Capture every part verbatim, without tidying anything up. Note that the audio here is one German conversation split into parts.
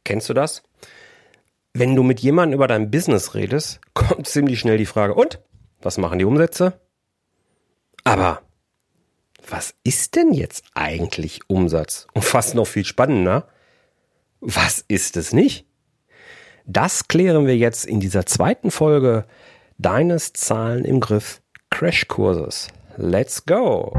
Kennst du das? Wenn du mit jemandem über dein Business redest, kommt ziemlich schnell die Frage, und? Was machen die Umsätze? Aber was ist denn jetzt eigentlich Umsatz? Und fast noch viel spannender, was ist es nicht? Das klären wir jetzt in dieser zweiten Folge deines Zahlen im Griff Crashkurses. Let's go!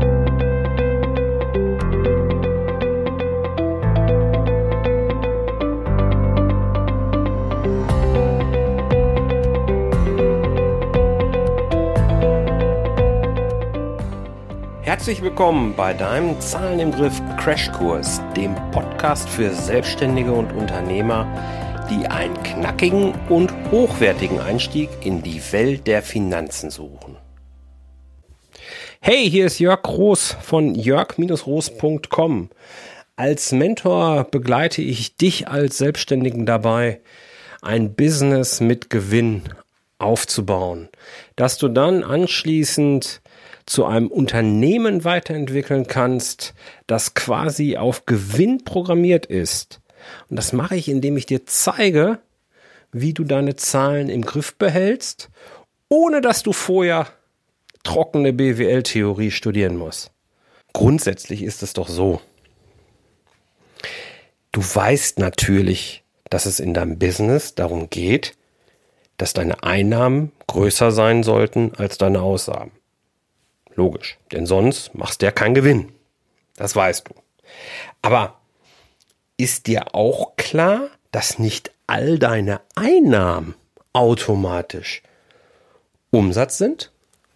Herzlich willkommen bei deinem Zahlen im Griff Crashkurs, dem Podcast für Selbstständige und Unternehmer, die einen knackigen und hochwertigen Einstieg in die Welt der Finanzen suchen. Hey, hier ist Jörg Roos von jörg roos punkt com. Als Mentor begleite ich dich als Selbstständigen dabei, ein Business mit Gewinn aufzubauen, dass du dann anschließend zu einem Unternehmen weiterentwickeln kannst, das quasi auf Gewinn programmiert ist. Und das mache ich, indem ich dir zeige, wie du deine Zahlen im Griff behältst, ohne dass du vorher trockene B W L-Theorie studieren musst. Grundsätzlich ist es doch so. Du weißt natürlich, dass es in deinem Business darum geht, dass deine Einnahmen größer sein sollten als deine Ausgaben. Logisch, denn sonst machst du ja keinen Gewinn. Das weißt du. Aber ist dir auch klar, dass nicht all deine Einnahmen automatisch Umsatz sind?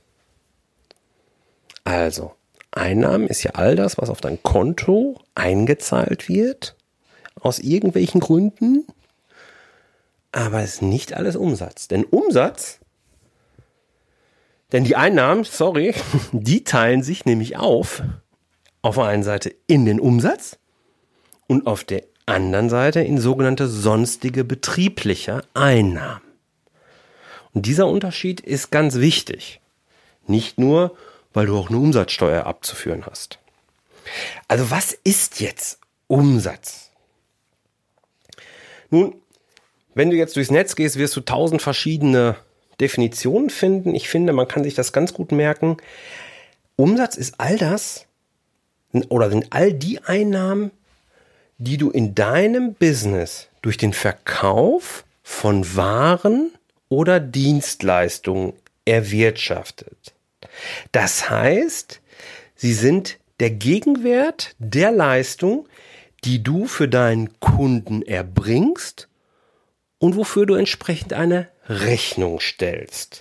Also, Einnahmen ist ja all das, was auf dein Konto eingezahlt wird, aus irgendwelchen Gründen, aber es ist nicht alles Umsatz. Denn Umsatz Denn die Einnahmen, sorry, die teilen sich nämlich auf, auf der einen Seite in den Umsatz und auf der anderen Seite in sogenannte sonstige betriebliche Einnahmen. Und dieser Unterschied ist ganz wichtig. Nicht nur, weil du auch eine Umsatzsteuer abzuführen hast. Also was ist jetzt Umsatz? Nun, wenn du jetzt durchs Netz gehst, wirst du tausend verschiedene Definitionen finden. Ich finde, man kann sich das ganz gut merken. Umsatz ist all das oder sind all die Einnahmen, die du in deinem Business durch den Verkauf von Waren oder Dienstleistungen erwirtschaftet. Das heißt, sie sind der Gegenwert der Leistung, die du für deinen Kunden erbringst und wofür du entsprechend eine Rechnung stellst.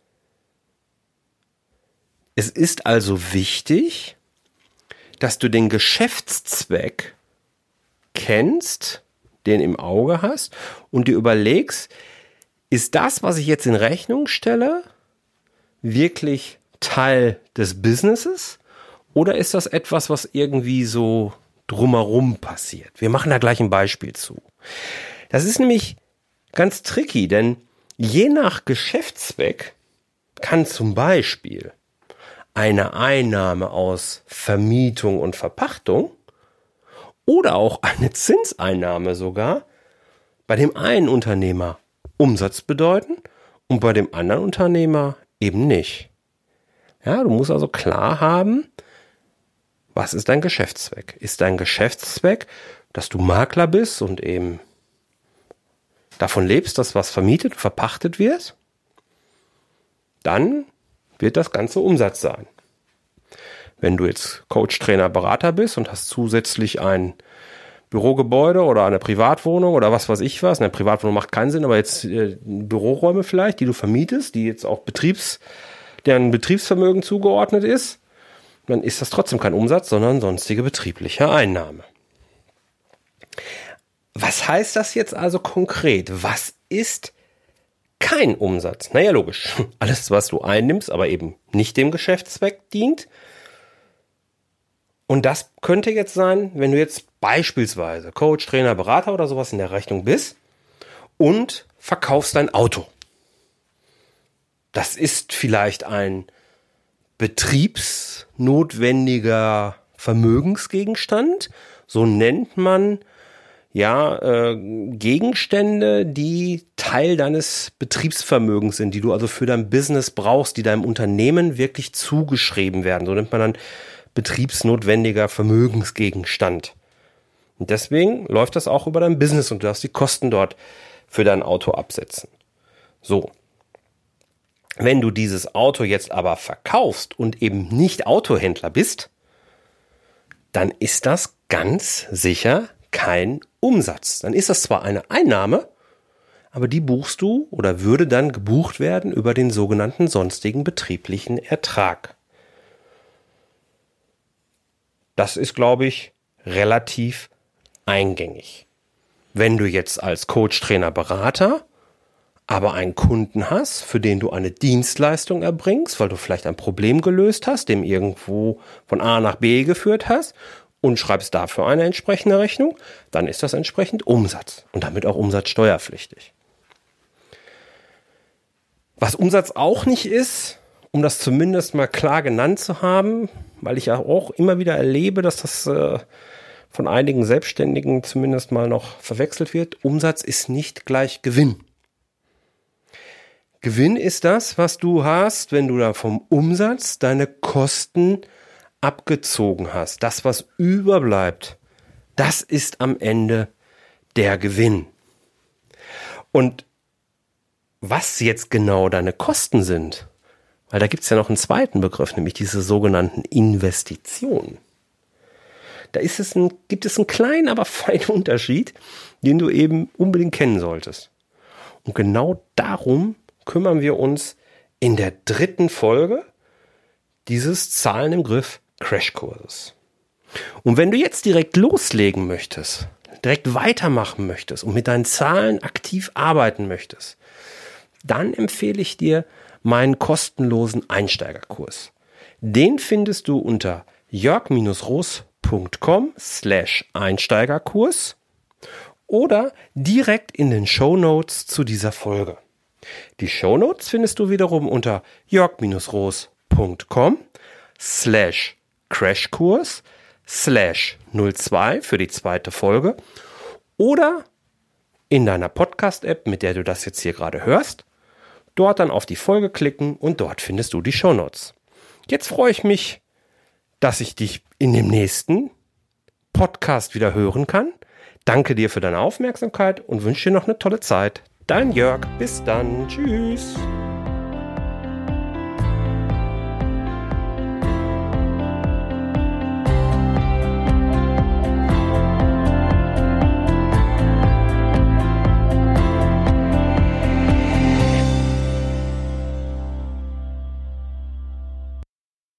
Es ist also wichtig, dass du den Geschäftszweck kennst, den im Auge hast und dir überlegst, ist das, was ich jetzt in Rechnung stelle, wirklich Teil des Businesses oder ist das etwas, was irgendwie so drumherum passiert? Wir machen da gleich ein Beispiel zu. Das ist nämlich ganz tricky, denn je nach Geschäftszweck kann zum Beispiel eine Einnahme aus Vermietung und Verpachtung oder auch eine Zinseinnahme sogar bei dem einen Unternehmer Umsatz bedeuten und bei dem anderen Unternehmer eben nicht. Ja, du musst also klar haben, was ist dein Geschäftszweck? Ist dein Geschäftszweck, dass du Makler bist und eben davon lebst, dass was vermietet, verpachtet wird, dann wird das Ganze Umsatz sein. Wenn du jetzt Coach, Trainer, Berater bist und hast zusätzlich ein Bürogebäude oder eine Privatwohnung oder was weiß ich was, eine Privatwohnung macht keinen Sinn, aber jetzt äh, Büroräume vielleicht, die du vermietest, die jetzt auch Betriebs, deren Betriebsvermögen zugeordnet ist, dann ist das trotzdem kein Umsatz, sondern sonstige betriebliche Einnahme. Was heißt das jetzt also konkret? Was ist kein Umsatz? Naja, logisch. Alles, was du einnimmst, aber eben nicht dem Geschäftszweck dient. Und das könnte jetzt sein, wenn du jetzt beispielsweise Coach, Trainer, Berater oder sowas in der Rechnung bist und verkaufst dein Auto. Das ist vielleicht ein betriebsnotwendiger Vermögensgegenstand. So nennt man ja, äh, Gegenstände, die Teil deines Betriebsvermögens sind, die du also für dein Business brauchst, die deinem Unternehmen wirklich zugeschrieben werden. So nennt man dann betriebsnotwendiger Vermögensgegenstand. Und deswegen läuft das auch über dein Business und du darfst die Kosten dort für dein Auto absetzen. So. Wenn du dieses Auto jetzt aber verkaufst und eben nicht Autohändler bist, dann ist das ganz sicher kein Umsatz. Dann ist das zwar eine Einnahme, aber die buchst du oder würde dann gebucht werden über den sogenannten sonstigen betrieblichen Ertrag. Das ist, glaube ich, relativ eingängig. Wenn du jetzt als Coach, Trainer, Berater aber einen Kunden hast, für den du eine Dienstleistung erbringst, weil du vielleicht ein Problem gelöst hast, dem irgendwo von A nach B geführt hast und schreibst dafür eine entsprechende Rechnung, dann ist das entsprechend Umsatz und damit auch umsatzsteuerpflichtig. Was Umsatz auch nicht ist, um das zumindest mal klar genannt zu haben, weil ich ja auch immer wieder erlebe, dass das äh, von einigen Selbstständigen zumindest mal noch verwechselt wird, Umsatz ist nicht gleich Gewinn. Gewinn ist das, was du hast, wenn du da vom Umsatz deine Kosten abgezogen hast. Das, was überbleibt, das ist am Ende der Gewinn. Und was jetzt genau deine Kosten sind, weil da gibt es ja noch einen zweiten Begriff, nämlich diese sogenannten Investitionen. Da ist es ein, gibt es einen kleinen, aber feinen Unterschied, den du eben unbedingt kennen solltest. Und genau darum kümmern wir uns in der dritten Folge dieses Zahlen im Griff Crashkurses. Und wenn du jetzt direkt loslegen möchtest, direkt weitermachen möchtest und mit deinen Zahlen aktiv arbeiten möchtest, dann empfehle ich dir meinen kostenlosen Einsteigerkurs. Den findest du unter jörg-roos.com slash Einsteigerkurs oder direkt in den Shownotes zu dieser Folge. Die Shownotes findest du wiederum unter jörg-roos.com slash Crashkurs slash null zwei für die zweite Folge oder in deiner Podcast-App, mit der du das jetzt hier gerade hörst, dort dann auf die Folge klicken und dort findest du die Shownotes. Jetzt freue ich mich, dass ich dich in dem nächsten Podcast wieder hören kann. Danke dir für deine Aufmerksamkeit und wünsche dir noch eine tolle Zeit. Dein Jörg, bis dann, tschüss.